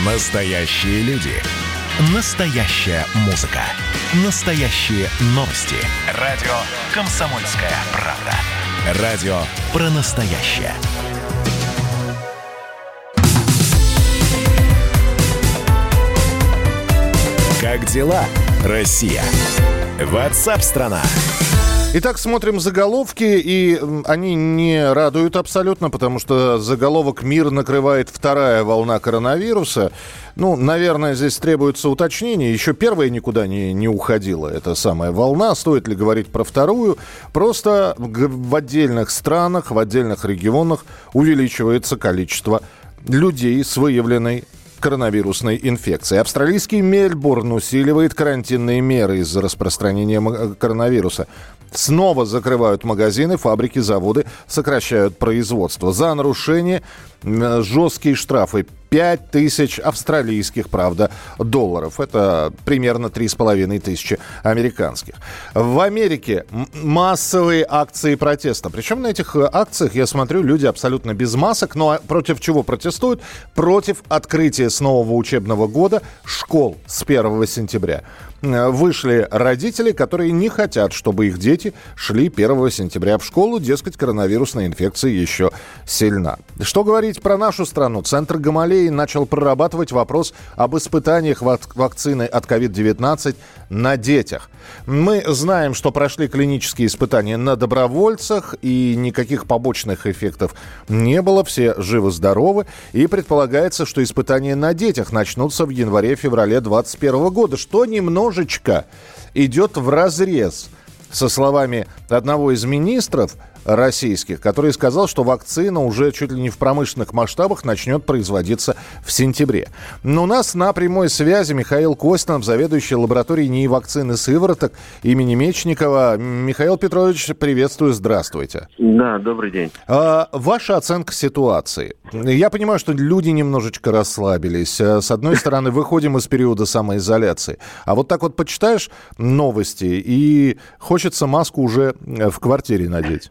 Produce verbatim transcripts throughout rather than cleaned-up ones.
Настоящие люди. Настоящая музыка. Настоящие новости. Радио «Комсомольская правда». Радио про настоящее. Как дела, Россия? Ватсап-страна! Итак, смотрим заголовки, и они не радуют абсолютно, потому что заголовок «Мир накрывает вторая волна коронавируса». Ну, наверное, здесь требуется уточнение. Еще первая никуда не, не уходила, эта самая волна. Стоит ли говорить про вторую? Просто в отдельных странах, в отдельных регионах увеличивается количество людей с выявленной коронавирусной инфекции. Австралийский Мельбурн усиливает карантинные меры из-за распространения коронавируса. Снова закрывают магазины, фабрики, заводы, сокращают производство. За нарушение жесткие штрафы. пять тысяч австралийских, правда, долларов. Это примерно три с половиной тысячи американских. В Америке массовые акции протеста. Причем на этих акциях, я смотрю, люди абсолютно без масок. Но против чего протестуют? Против открытия с нового учебного года школ с первого сентября. Вышли родители, которые не хотят, чтобы их дети шли первого сентября в школу. Дескать, коронавирусная инфекция еще сильна. Что говорить про нашу страну? Центр Гамалеи начал прорабатывать вопрос об испытаниях вак- вакцины от ковид девятнадцать на детях. Мы знаем, что прошли клинические испытания на добровольцах, и никаких побочных эффектов не было. Все живы-здоровы. И предполагается, что испытания на детях начнутся в январе-феврале двадцать первого года, что немножечко идет вразрез со словами одного из министров российских, который сказал, что вакцина уже чуть ли не в промышленных масштабах начнет производиться в сентябре. Но у нас на прямой связи Михаил Костинов, заведующий лабораторией НИИ вакцины сывороток имени Мечникова. Михаил Петрович, приветствую, здравствуйте. Да, добрый день. А, ваша оценка ситуации. Я понимаю, что люди немножечко расслабились. С одной стороны, выходим из периода самоизоляции. А вот так вот почитаешь новости, и хочется маску уже в квартире надеть.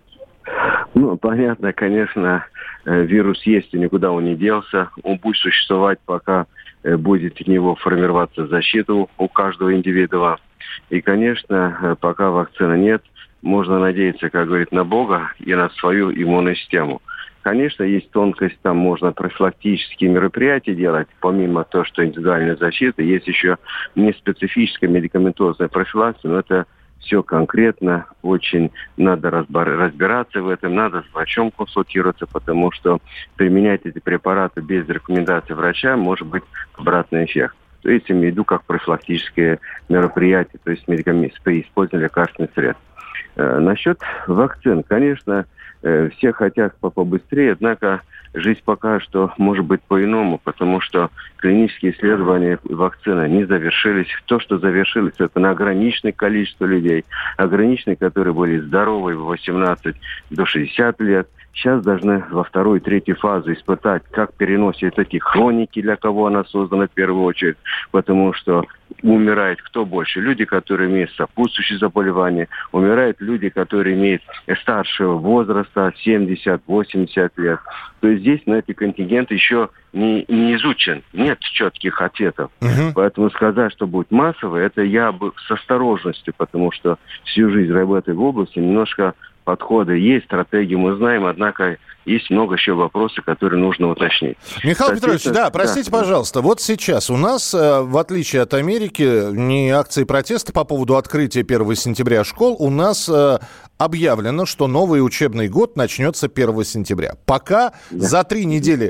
Ну, понятно, конечно, вирус есть и никуда он не делся. Он будет существовать, пока будет от него формироваться защита у каждого индивидуума. И, конечно, пока вакцины нет, можно надеяться, как говорит, на Бога и на свою иммунную систему. Конечно, есть тонкость, там можно профилактические мероприятия делать, помимо того, что индивидуальная защита. Есть еще неспецифическая медикаментозная профилактика, но это все конкретно, очень надо разбираться в этом, надо с врачом консультироваться, потому что применять эти препараты без рекомендации врача может быть обратный эффект. То есть, имею в виду, как профилактическое мероприятие, то есть медикаменты при использовании лекарственных средств. Э, насчет вакцин, конечно, э, все хотят побыстрее, однако жизнь пока что может быть по-иному, потому что клинические исследования вакцины не завершились. То, что завершилось, это на ограниченное количество людей, ограниченные, которые были здоровы в восемнадцать до шестидесяти лет. Сейчас должны во второй и третьей фазе испытать, как переносят эти хроники, для кого она создана в первую очередь, потому что умирает кто больше? Люди, которые имеют сопутствующие заболевания, умирают люди, которые имеют старшего возраста, семьдесят-восемьдесят лет. То есть здесь на эти контингенты еще не, не изучен, нет четких ответов. Uh-huh. Поэтому сказать, что будет массово, это я бы с осторожностью, потому что всю жизнь работаю в области, немножко подходы есть, стратегии мы знаем, однако есть много еще вопросов, которые нужно уточнить. Михаил Петрович, да, простите, да. пожалуйста, вот сейчас у нас, в отличие от Америки, не акции протеста по поводу открытия первого сентября школ, у нас объявлено, что новый учебный год начнется первого сентября. Пока да. за три недели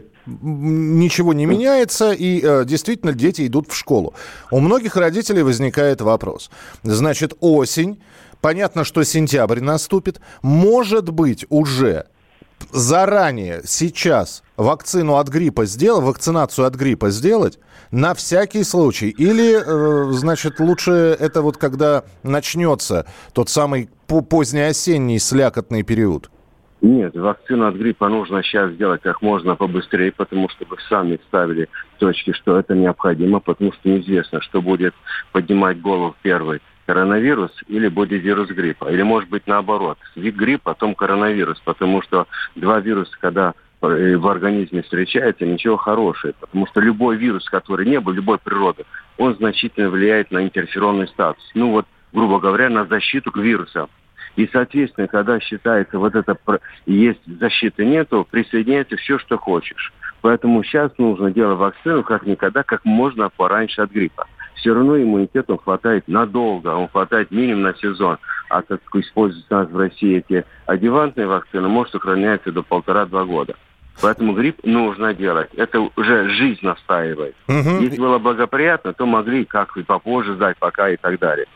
ничего не меняется, и э, действительно дети идут в школу. У многих родителей возникает вопрос. Значит, осень, понятно, что сентябрь наступит. Может быть, уже заранее, сейчас вакцину от гриппа сделать, вакцинацию от гриппа сделать на всякий случай? Или, э, значит, лучше это вот когда начнется тот самый позднеосенний слякотный период? Нет, вакцину от гриппа нужно сейчас сделать как можно побыстрее, потому что вы сами ставили точки, что это необходимо, потому что неизвестно, что будет поднимать голову первый. Коронавирус или будет вирус гриппа. Или может быть наоборот. Грипп, потом коронавирус. Потому что два вируса, когда в организме встречается, ничего хорошего. Потому что любой вирус, который не был, любой природы, он значительно влияет на интерферонный статус. Ну вот, грубо говоря, на защиту к вирусам. И, соответственно, когда считается вот это, есть защиты нету, присоединяется все, что хочешь. Поэтому сейчас нужно делать вакцину как никогда, как можно пораньше от гриппа. Все равно иммунитет он хватает надолго, он хватает минимум на сезон. А как используются у нас в России эти адъювантные вакцины, может сохраняться до полтора-два года. Поэтому грипп нужно делать. Это уже жизнь настаивает. Угу. Если было благоприятно, то могли как-то попозже сдать, пока и так далее.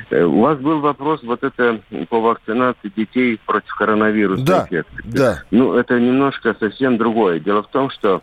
У вас был вопрос вот это по вакцинации детей против коронавируса. Да, да. Ну, это немножко совсем другое. Дело в том, что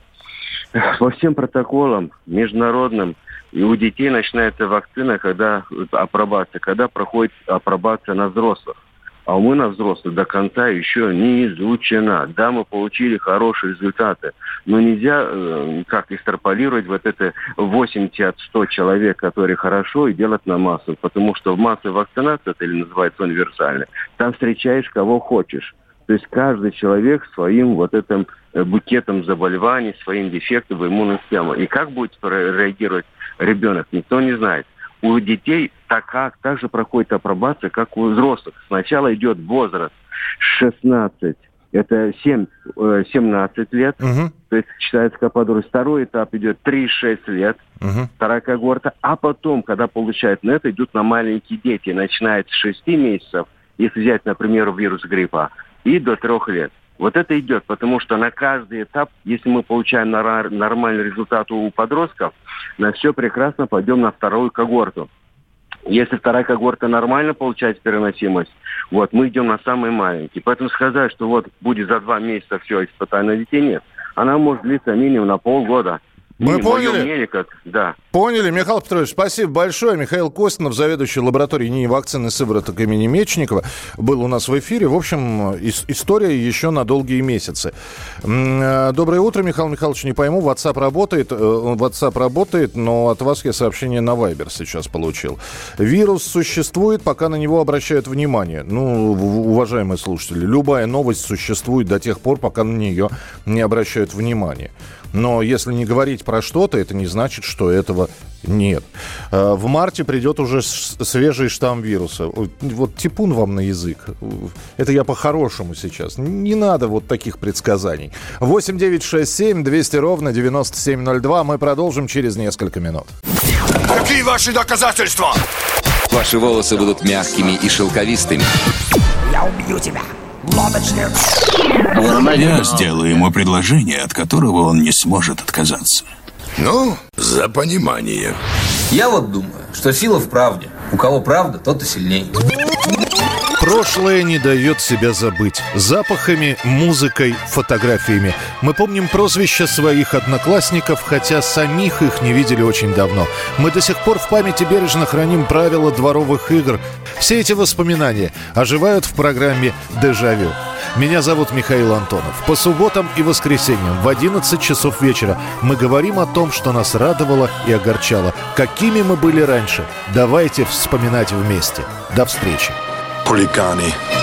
по всем протоколам международным и у детей начинается вакцина, когда апробация, когда проходит апробация на взрослых. А мы на взрослых до конца еще не изучена. Да, мы получили хорошие результаты, но нельзя э, как экстраполировать вот это восемьдесят-сто человек, которые хорошо, и делать на массу. Потому что в массовой вакцинации, это или называется универсальной, там встречаешь кого хочешь. То есть каждый человек своим вот этим букетом заболеваний, своим дефектом в иммунной системе. И как будет реагировать ребенок, никто не знает. У детей так, как, так же проходит апробация, как у взрослых. Сначала идет возраст шестнадцать, это семь, семнадцать лет, угу. То есть считается как подросток. Второй этап идет три-шесть лет, угу. Вторая когорта. А потом, когда получают на это, идут на маленькие дети, начинают с шести месяцев, если взять, например, вирус гриппа, и до трех лет. Вот это идет, потому что на каждый этап, если мы получаем нормальный результат у подростков, на все прекрасно пойдем на вторую когорту. Если вторая когорта нормально получает переносимость, вот, мы идем на самые маленькие. Поэтому сказать, что вот будет за два месяца все испытание на детей, нет. Она может длиться минимум на полгода. Мы поняли. Мнение, как, да. Поняли. Михаил Петрович, спасибо большое. Михаил Костинов, заведующий лабораторией НИИ вакцины сывороток имени Мечникова, был у нас в эфире. В общем, ис- история еще на долгие месяцы. Доброе утро, Михаил Михайлович. Не пойму, WhatsApp работает, WhatsApp работает, но от вас я сообщение на Viber сейчас получил. Вирус существует, пока на него обращают внимание. Ну, уважаемые слушатели, любая новость существует до тех пор, пока на нее не обращают внимания. Но если не говорить про что-то, это не значит, что этого нет. В марте придет уже свежий штамм вируса. Вот типун вам на язык. Это я по-хорошему сейчас. Не надо вот таких предсказаний. восемь девятьсот шестьдесят семь двести ровно девяносто семь ноль два. Мы продолжим через несколько минут. Какие ваши доказательства? Ваши волосы будут мягкими и шелковистыми. Я убью тебя. Лодочник. Я сделаю ему предложение, от которого он не сможет отказаться. Ну, за понимание. Я вот думаю, что сила в правде. У кого правда, тот и сильней. Прошлое не дает себя забыть. Запахами, музыкой, фотографиями. Мы помним прозвища своих одноклассников, хотя самих их не видели очень давно. Мы до сих пор в памяти бережно храним правила дворовых игр. Все эти воспоминания оживают в программе «Дежавю». Меня зовут Михаил Антонов. По субботам и воскресеньям в одиннадцать часов вечера мы говорим о том, что нас радовало и огорчало. Какими мы были раньше. Давайте вспоминать вместе. До встречи. Хулиганы.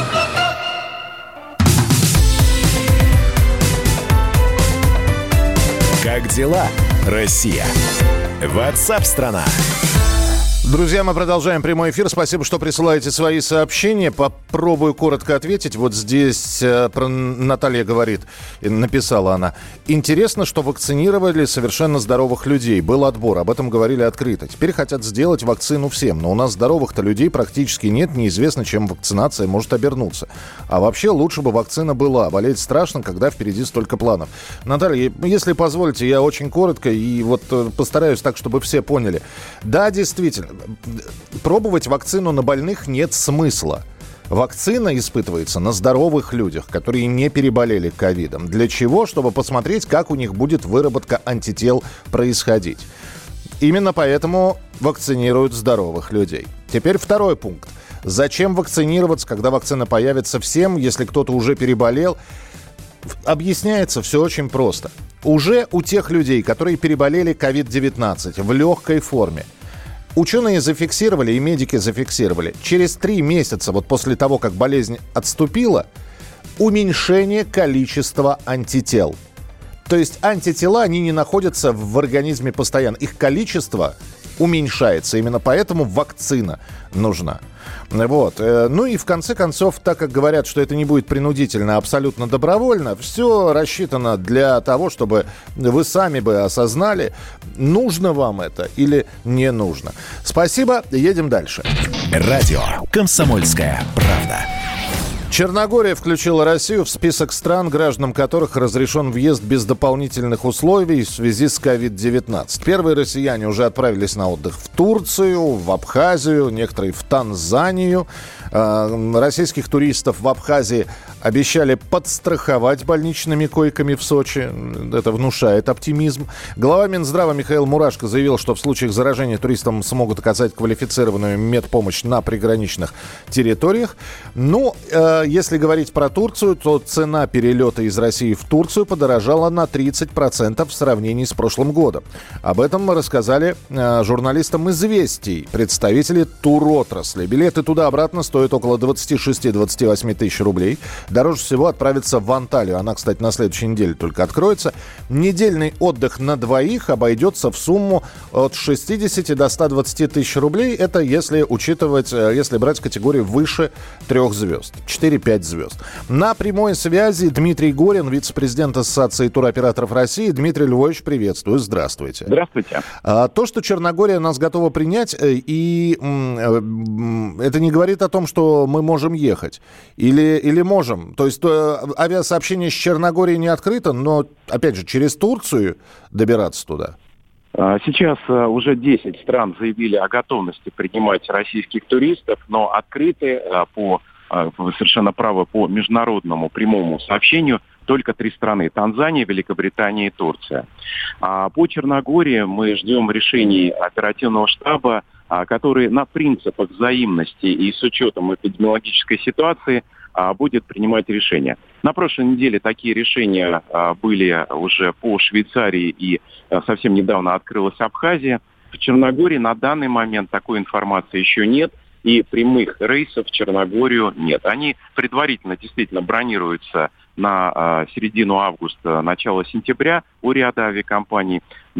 Как дела, Россия? WhatsApp-страна. Друзья, мы продолжаем прямой эфир. Спасибо, что присылаете свои сообщения. Попробую коротко ответить. Вот здесь э, про Наталья говорит, написала она. Интересно, что вакцинировали совершенно здоровых людей. Был отбор, об этом говорили открыто. Теперь хотят сделать вакцину всем. Но у нас здоровых-то людей практически нет. Неизвестно, чем вакцинация может обернуться. А вообще лучше бы вакцина была. Болеть страшно, когда впереди столько планов. Наталья, если позволите, я очень коротко и вот постараюсь так, чтобы все поняли. Да, действительно. Пробовать вакцину на больных нет смысла. Вакцина испытывается на здоровых людях, которые не переболели ковидом. Для чего? Чтобы посмотреть, как у них будет выработка антител происходить. Именно поэтому вакцинируют здоровых людей. Теперь второй пункт. Зачем вакцинироваться, когда вакцина появится всем, если кто-то уже переболел? Объясняется все очень просто. Уже у тех людей, которые переболели ковид девятнадцать в легкой форме, ученые зафиксировали и медики зафиксировали. Через три месяца, вот после того, как болезнь отступила, уменьшение количества антител. То есть антитела, они не находятся в организме постоянно. Их количество уменьшается. Именно поэтому вакцина нужна. Вот. Ну и в конце концов, так как говорят, что это не будет принудительно, а абсолютно добровольно, все рассчитано для того, чтобы вы сами бы осознали, нужно вам это или не нужно. Спасибо, едем дальше. Радио «Комсомольская правда». Черногория включила Россию в список стран, гражданам которых разрешен въезд без дополнительных условий в связи с ковид девятнадцать. Первые россияне уже отправились на отдых в Турцию, в Абхазию, некоторые в Танзанию. Российских туристов в Абхазии обещали подстраховать больничными койками в Сочи. Это внушает оптимизм. Глава Минздрава Михаил Мурашко заявил, что в случаях заражения туристам смогут оказать квалифицированную медпомощь на приграничных территориях. Ну, если говорить про Турцию, то цена перелета из России в Турцию подорожала на тридцать процентов в сравнении с прошлым годом. Об этом мы рассказали журналистам «Известий», представители туротрасли. Билеты туда-обратно стоят около двадцать шесть - двадцать восемь тысяч рублей. Дороже всего отправиться в Анталию. Она, кстати, на следующей неделе только откроется. Недельный отдых на двоих обойдется в сумму от шестьдесят до ста двадцати тысяч рублей. Это если учитывать, если брать категорию выше трех звезд. четыре-пять звезд. На прямой связи Дмитрий Горин, вице-президент Ассоциации туроператоров России. Дмитрий Львович, приветствую. Здравствуйте. Здравствуйте. А, то, что Черногория нас готова принять, и м, это не говорит о том, что мы можем ехать. Или, или можем. То есть то, авиасообщение с Черногорией не открыто, но, опять же, через Турцию добираться туда. Сейчас уже десять стран заявили о готовности принимать российских туристов, но открыты по, вы совершенно правы, по международному прямому сообщению только три страны – Танзания, Великобритания и Турция. По Черногории мы ждем решений оперативного штаба, который на принципах взаимности и с учетом эпидемиологической ситуации будет принимать решения. На прошлой неделе такие решения были уже по Швейцарии, и совсем недавно открылась Абхазия. В Черногории на данный момент такой информации еще нет, и прямых рейсов в Черногорию нет. Они предварительно действительно бронируются на середину августа, начало сентября у ряда авиакомпаний,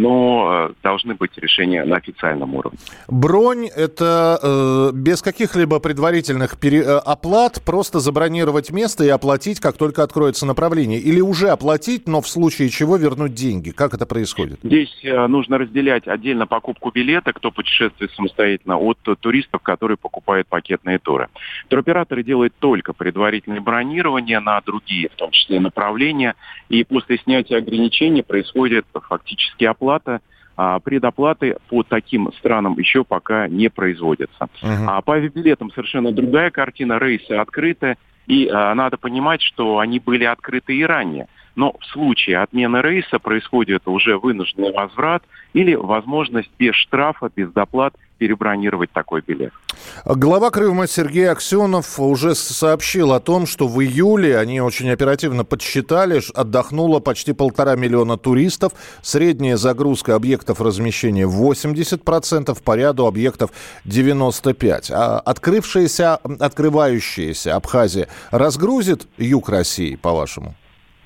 но э, должны быть решения на официальном уровне. Бронь – это э, без каких-либо предварительных пере... оплат, просто забронировать место и оплатить, как только откроется направление? Или уже оплатить, но в случае чего вернуть деньги? Как это происходит? Здесь э, нужно разделять отдельно покупку билета, кто путешествует самостоятельно, от туристов, которые покупают пакетные туры. Туроператоры делают только предварительное бронирование на другие, в том числе направления, и после снятия ограничений происходит фактически оплата. Оплата, а предоплаты по таким странам еще пока не производятся. Uh-huh. А по авиабилетам совершенно другая картина. Рейсы открыты, и а, надо понимать, что они были открыты и ранее. Но в случае отмены рейса происходит уже вынужденный возврат или возможность без штрафа, без доплат перебронировать такой билет. Глава Крыма Сергей Аксенов уже сообщил о том, что в июле, они очень оперативно подсчитали, отдохнуло почти полтора миллиона туристов. Средняя загрузка объектов размещения восемьдесят процентов, по ряду объектов девяносто пять процентов. А открывшаяся, открывающаяся Абхазия разгрузит юг России, по-вашему?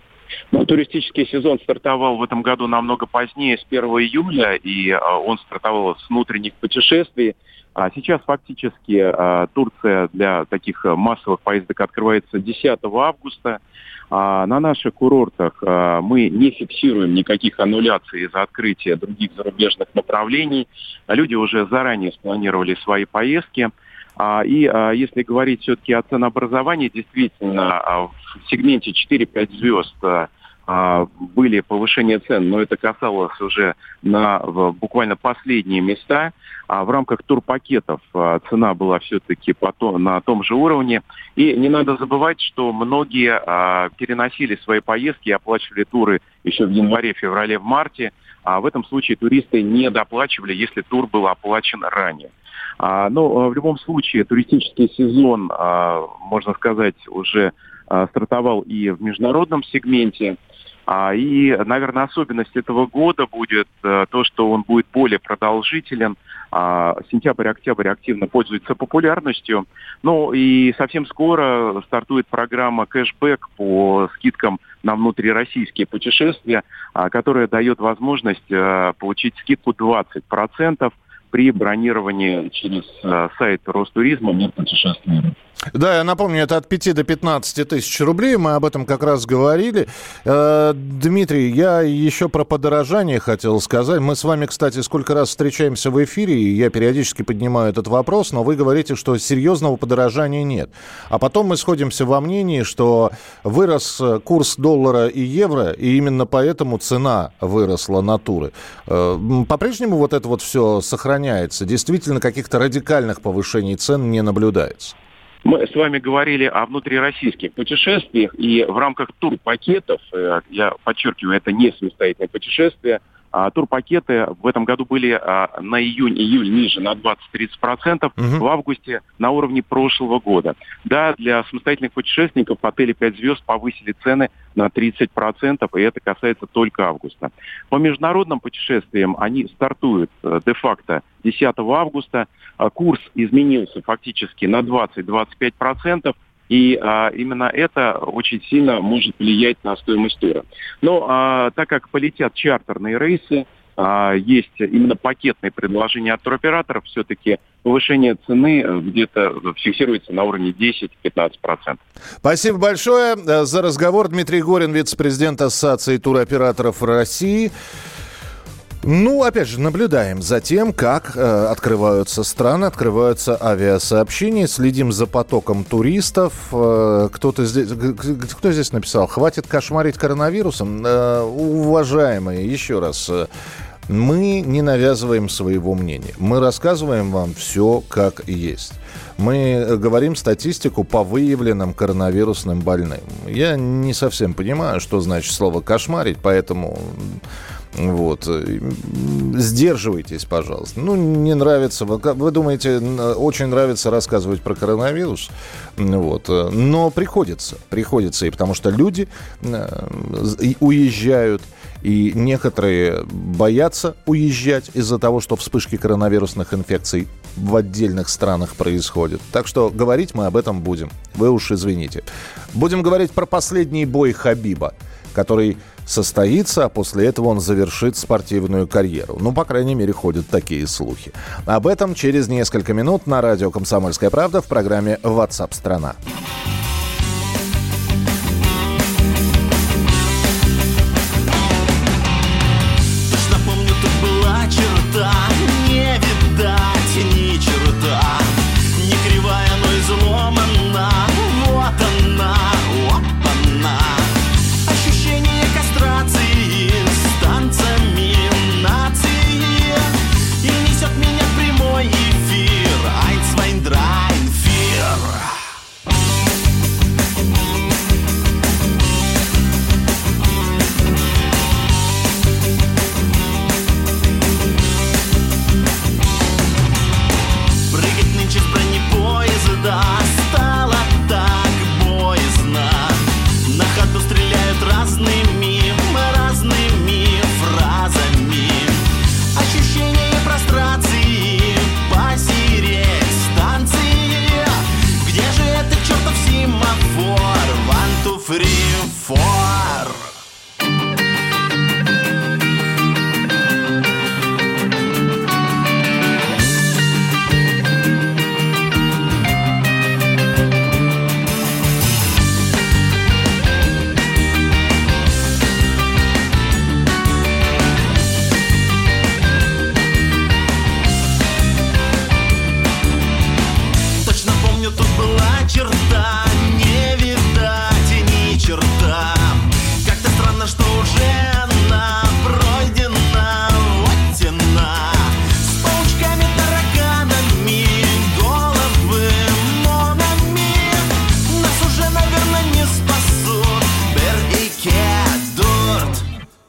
Ну, туристический сезон стартовал в этом году намного позднее, с первого июля, и а, он стартовал с внутренних путешествий. А сейчас фактически а, Турция для таких массовых поездок открывается десятого августа. А, на наших курортах а, мы не фиксируем никаких аннуляций из-за открытия других зарубежных направлений. Люди уже заранее спланировали свои поездки. А, и а, если говорить все-таки о ценообразовании, действительно, а, в сегменте четыре-пять звезд а, были повышения цен, но это касалось уже на в, буквально последние места. А в рамках турпакетов а, цена была все-таки потом, на том же уровне. И не надо забывать, что многие а, переносили свои поездки и оплачивали туры еще в январе, феврале, в марте. А в этом случае туристы не доплачивали, если тур был оплачен ранее. А, но в любом случае туристический сезон, а, можно сказать, уже а, стартовал и в международном сегменте. А, и, наверное, особенность этого года будет а, то, что он будет более более продолжителен. Сентябрь-октябрь активно пользуется популярностью. Ну и совсем скоро стартует программа кэшбэк по скидкам на внутрироссийские путешествия, которая дает возможность получить скидку двадцать процентов при бронировании через сайт Ростуризма «Мир путешествий». Да, я напомню, это от пяти до пятнадцати тысяч рублей, мы об этом как раз говорили. Э, Дмитрий, я еще про подорожание хотел сказать. Мы с вами, кстати, сколько раз встречаемся в эфире, и я периодически поднимаю этот вопрос, но вы говорите, что серьезного подорожания нет. А потом мы сходимся во мнении, что вырос курс доллара и евро, и именно поэтому цена выросла на туры. Э, по-прежнему вот это вот все сохраняется? Действительно, каких-то радикальных повышений цен не наблюдается? Мы с вами говорили о внутрироссийских путешествиях, и в рамках турпакетов, я подчеркиваю, это не самостоятельное путешествие, а турпакеты в этом году были на июнь-июль ниже на двадцать-тридцать процентов, угу. В августе на уровне прошлого года. Да, для самостоятельных путешественников отели пять звезд повысили цены на тридцать процентов, и это касается только августа. По международным путешествиям они стартуют де-факто десятого августа. Курс изменился фактически на двадцать-двадцать пять процентов. И а, именно это очень сильно может влиять на стоимость тура. Но а, так как полетят чартерные рейсы, а, есть именно пакетные предложения от туроператоров, все-таки повышение цены где-то фиксируется на уровне десять-пятнадцать процентов. Спасибо большое за разговор. Дмитрий Горин, вице-президент Ассоциации туроператоров России. Ну, опять же, наблюдаем за тем, как э, открываются страны, открываются авиасообщения, следим за потоком туристов. Э, кто-то здесь, кто здесь написал? Хватит кошмарить коронавирусом. Э, уважаемые, еще раз, э, мы не навязываем своего мнения. Мы рассказываем вам все, как есть. Мы говорим статистику по выявленным коронавирусным больным. Я не совсем понимаю, что значит слово «кошмарить», поэтому... Вот. Сдерживайтесь, пожалуйста. Ну, не нравится. Вы думаете, очень нравится рассказывать про коронавирус? Вот. Но приходится. Приходится. И потому что люди уезжают, и некоторые боятся уезжать из-за того, что вспышки коронавирусных инфекций в отдельных странах происходят. Так что говорить мы об этом будем. Вы уж извините. Будем говорить про последний бой Хабиба, который состоится, а после этого он завершит спортивную карьеру. Ну, по крайней мере, ходят такие слухи. Об этом через несколько минут на радио «Комсомольская правда» в программе WhatsApp страна. Точно помню, тут была черта, не видать ни черта, не кривая, но изломана. Вот она, опа-на. Ощущение кастрации с танцами нации, и несет меня в прямой эфир. Eins, zwei, drei, vier. Прыгать нынче с бронепоезда стало так боязно. На ходу стреляют разными, разными фразами. Ощущение прострации посередь станции. Где же этот чертов семафор? One, two, three, four. Точно помню, тут была черта, не видать ни черта. Как-то странно, что уже она пройдена, вот она. С паучками, тараканами, головы монами. Нас уже, наверное, не спасут Бер и Кедурт.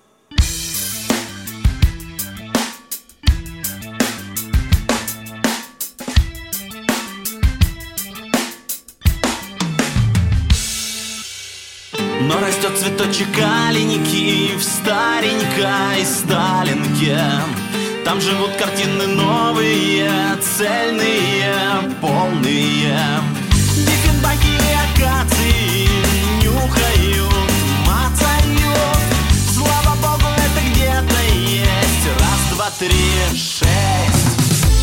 Но растет цветочек аленький в старенькой Сталинке. Там живут картины новые, цельные, полные. Диффенбахи и акации нюхают, мацают. Слава богу, это где-то есть. Раз, два, три, шесть.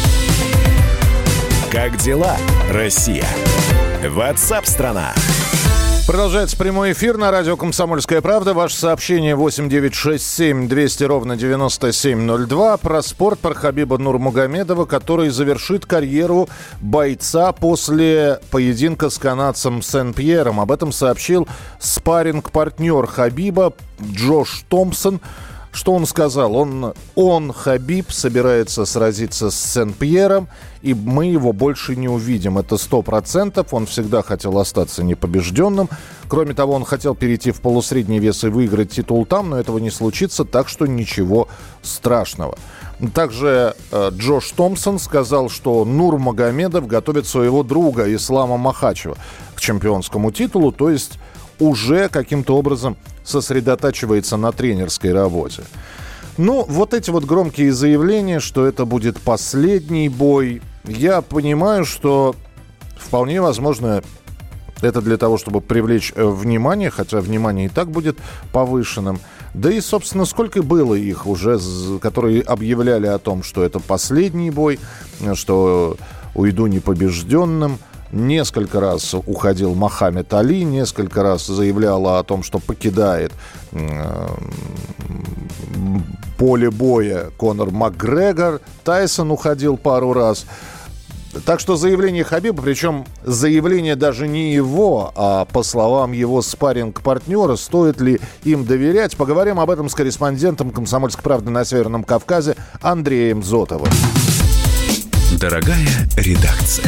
Как дела, Россия? Ватсап-страна! Продолжается прямой эфир на радио «Комсомольская правда». Ваше сообщение восемь девятьсот шестьдесят семь двести ровно девяносто семь ноль два. Про спорт, про Хабиба Нурмагомедова, который завершит карьеру бойца после поединка с канадцем Сен-Пьером. Об этом сообщил спарринг-партнер Хабиба Джош Томпсон. Что он сказал? Он, он, Хабиб, собирается сразиться с Сен-Пьером, и мы его больше не увидим. Это сто процентов. Он всегда хотел остаться непобежденным. Кроме того, он хотел перейти в полусредний вес и выиграть титул там, но этого не случится, так что ничего страшного. Также э, Джош Томпсон сказал, что Нурмагомедов готовит своего друга Ислама Махачева к чемпионскому титулу, то есть уже каким-то образом сосредотачивается на тренерской работе. Ну, вот эти вот громкие заявления, что это будет последний бой. Я понимаю, что вполне возможно это для того, чтобы привлечь внимание, хотя внимание и так будет повышенным. Да и, собственно, сколько было их уже, которые объявляли о том, что это последний бой, что уйду непобежденным. Несколько раз уходил Мохаммед Али, несколько раз заявляла о том, что покидает э, поле боя Конор Макгрегор. Тайсон уходил пару раз. Так что заявление Хабиба, причем заявление даже не его, а по словам его спарринг-партнера, стоит ли им доверять, поговорим об этом с корреспондентом «Комсомольской правды» на Северном Кавказе Андреем Зотовым. Дорогая редакция.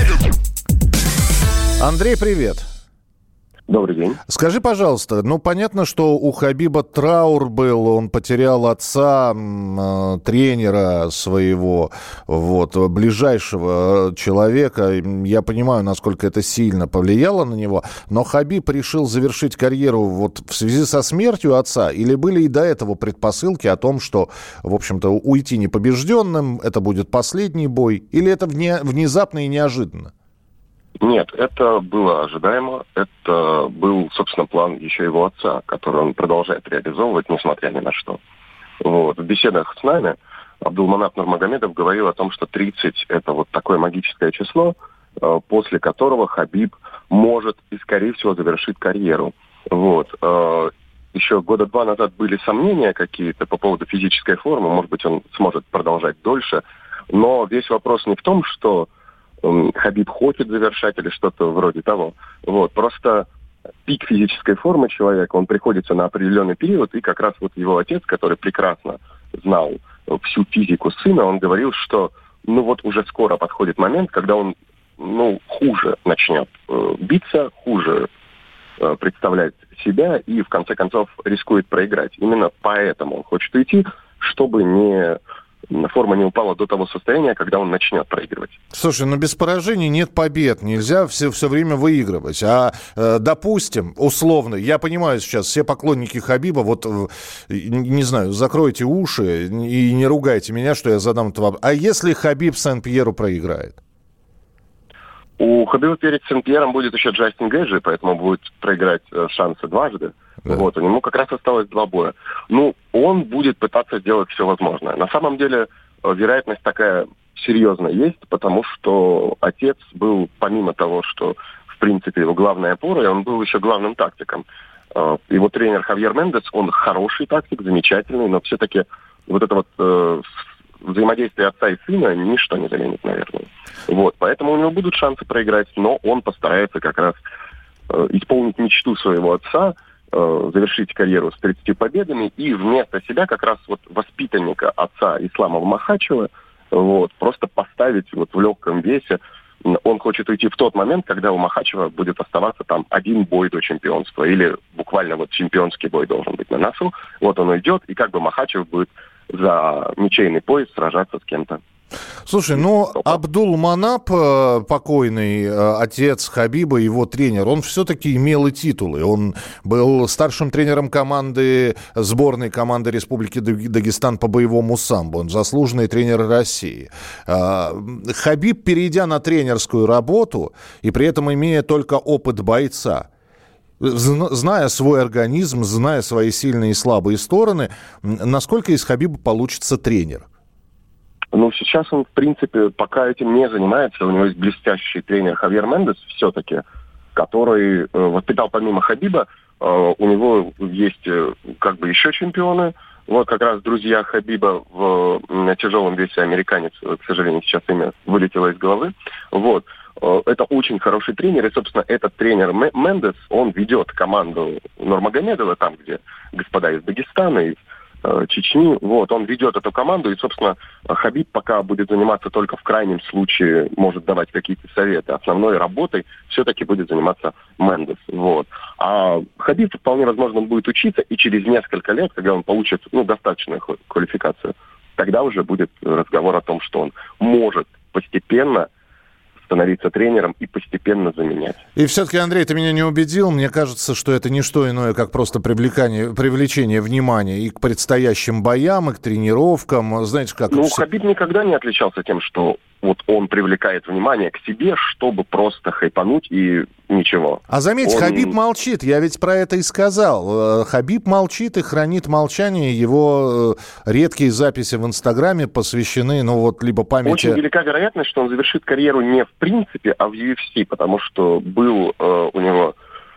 Андрей, привет. Добрый день. Скажи, пожалуйста, ну, понятно, что у Хабиба траур был, он потерял отца, э, тренера своего, вот, ближайшего человека. Я понимаю, насколько это сильно повлияло на него, но Хабиб решил завершить карьеру вот в связи со смертью отца, или были и до этого предпосылки о том, что, в общем-то, уйти непобежденным, это будет последний бой, или это вне, внезапно и неожиданно? Нет, это было ожидаемо. Это был, собственно, план еще его отца, который он продолжает реализовывать, несмотря ни на что. Вот. В беседах с нами Абдулманап Нурмагомедов говорил о том, что тридцать – это вот такое магическое число, после которого Хабиб может и, скорее всего, завершит карьеру. Вот. Еще года два назад были сомнения какие-то по поводу физической формы. Может быть, он сможет продолжать дольше. Но весь вопрос не в том, что Хабиб хочет завершать или что-то вроде того. Вот. Просто пик физической формы человека, он приходится на определенный период, и как раз вот его отец, который прекрасно знал всю физику сына, он говорил, что ну вот уже скоро подходит момент, когда он ну, хуже начнет э, биться, хуже э, представлять себя и в конце концов рискует проиграть. Именно поэтому он хочет уйти, чтобы не... форма не упала до того состояния, когда он начнет проигрывать. Слушай, ну без поражений нет побед. Нельзя все, все время выигрывать. А, э, допустим, условно, я понимаю сейчас, все поклонники Хабиба, вот, э, не знаю, закройте уши и не ругайте меня, что я задам этот вопрос. А если Хабиб Сен-Пьеру проиграет? У Хабиба перед Сен-Пьером будет еще Джастин Гэджи, поэтому будет проиграть э, шансы дважды. Да. Вот, у него как раз осталось два боя. Ну, он будет пытаться сделать все возможное. На самом деле, э, вероятность такая серьезная есть, потому что отец был, помимо того, что, в принципе, его главная опора, он был еще главным тактиком. Э, его тренер Хавьер Мендес, он хороший тактик, замечательный, но все-таки вот это вот... Э, взаимодействие отца и сына ничто не заменит, наверное. Вот, поэтому у него будут шансы проиграть, но он постарается как раз э, исполнить мечту своего отца, э, завершить карьеру с тридцатью победами и вместо себя как раз вот воспитанника отца Ислама Махачева вот, просто поставить вот в легком весе. Он хочет уйти в тот момент, когда у Махачева будет оставаться там один бой до чемпионства, или буквально вот чемпионский бой должен быть на носу. Вот он уйдет, и как бы Махачев будет за ничейный пояс сражаться с кем-то Слушай, ну, Абдулманап, покойный отец Хабиба, его тренер, он все-таки имел и титулы. Он был старшим тренером команды, сборной команды Республики Дагестан по боевому самбо. Он заслуженный тренер России. Хабиб, перейдя на тренерскую работу и при этом имея только опыт бойца, зная свой организм, зная свои сильные и слабые стороны, насколько из Хабиба получится тренер? Ну, сейчас он, в принципе, пока этим не занимается. У него есть блестящий тренер Хавьер Мендес все-таки, который э, воспитал помимо Хабиба. Э, у него есть э, как бы еще чемпионы. Вот как раз друзья Хабиба в э, тяжелом весе американец, к сожалению, сейчас имя вылетело из головы. Вот. Э, это очень хороший тренер. И, собственно, этот тренер Мендес, он ведет команду Нурмагомедова там, где господа из Дагестана, из Чечни, вот, он ведет эту команду, и, собственно, Хабиб пока будет заниматься только в крайнем случае, может давать какие-то советы. Основной работой все-таки будет заниматься Мендес, вот. А Хабиб, вполне возможно, будет учиться, и через несколько лет, когда он получит, ну, достаточную квалификацию, тогда уже будет разговор о том, что он может постепенно становиться тренером и постепенно заменять. И все-таки, Андрей, ты меня не убедил. Мне кажется, что это не что иное, как просто привлекание, привлечение внимания и к предстоящим боям, и к тренировкам. Знаете, как... Ну, Хабиб никогда не отличался тем, что вот он привлекает внимание к себе, чтобы просто хайпануть и ничего. А заметь, он... Хабиб молчит. Я ведь про это и сказал. Хабиб молчит и хранит молчание. Его редкие записи в Инстаграме посвящены, ну вот, либо памяти... Очень велика вероятность, что он завершит карьеру не в принципе, а в ю эф си, потому что был э, у него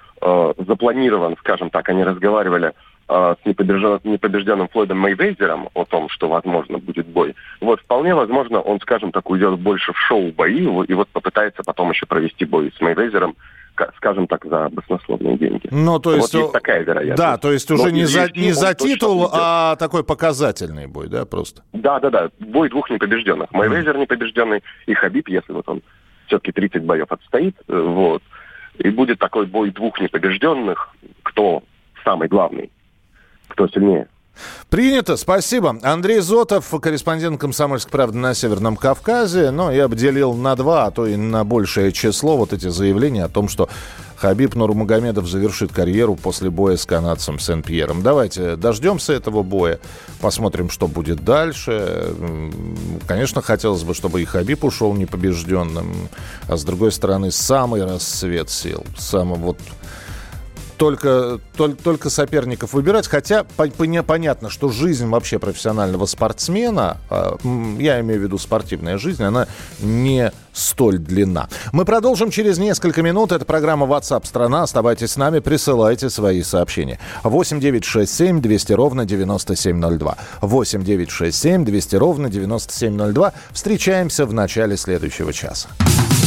э, запланирован, скажем так, они разговаривали с непобежденным, непобежденным Флойдом Мейвезером о том, что, возможно, будет бой. Вот, вполне возможно, он, скажем так, уйдет больше в шоу-бои, и вот попытается потом еще провести бой с Мейвезером, скажем так, за баснословные деньги. Ну, то есть... Вот есть такая вероятность. Да, то есть уже не за, не за титул, а такой показательный бой, да, просто? Да-да-да, бой двух непобежденных. Мейвезер непобежденный и Хабиб, если вот он все-таки тридцать боев отстоит, вот, и будет такой бой двух непобежденных, кто самый главный, кто сильнее. Принято, спасибо. Андрей Зотов, корреспондент «Комсомольской правды» на Северном Кавказе. Ну, я обделил на два, а то и на большее число вот эти заявления о том, что Хабиб Нурмагомедов завершит карьеру после боя с канадцем Сен-Пьером. Давайте дождемся этого боя, посмотрим, что будет дальше. Конечно, хотелось бы, чтобы и Хабиб ушел непобежденным, а с другой стороны, самый расцвет сил, самый вот... Только, только, только соперников выбирать, хотя по, по, понятно, что жизнь вообще профессионального спортсмена, я имею в виду спортивная жизнь, она не столь длинна. Мы продолжим через несколько минут. Это программа WhatsApp страна. Оставайтесь с нами, присылайте свои сообщения. восемь девятьсот шестьдесят семь двести ровно девяносто семь ноль два. восемь девятьсот шестьдесят семь двести ровно девяносто семь ноль два. Встречаемся в начале следующего часа.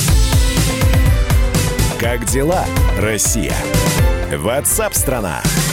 Как дела, Россия? WhatsApp страна.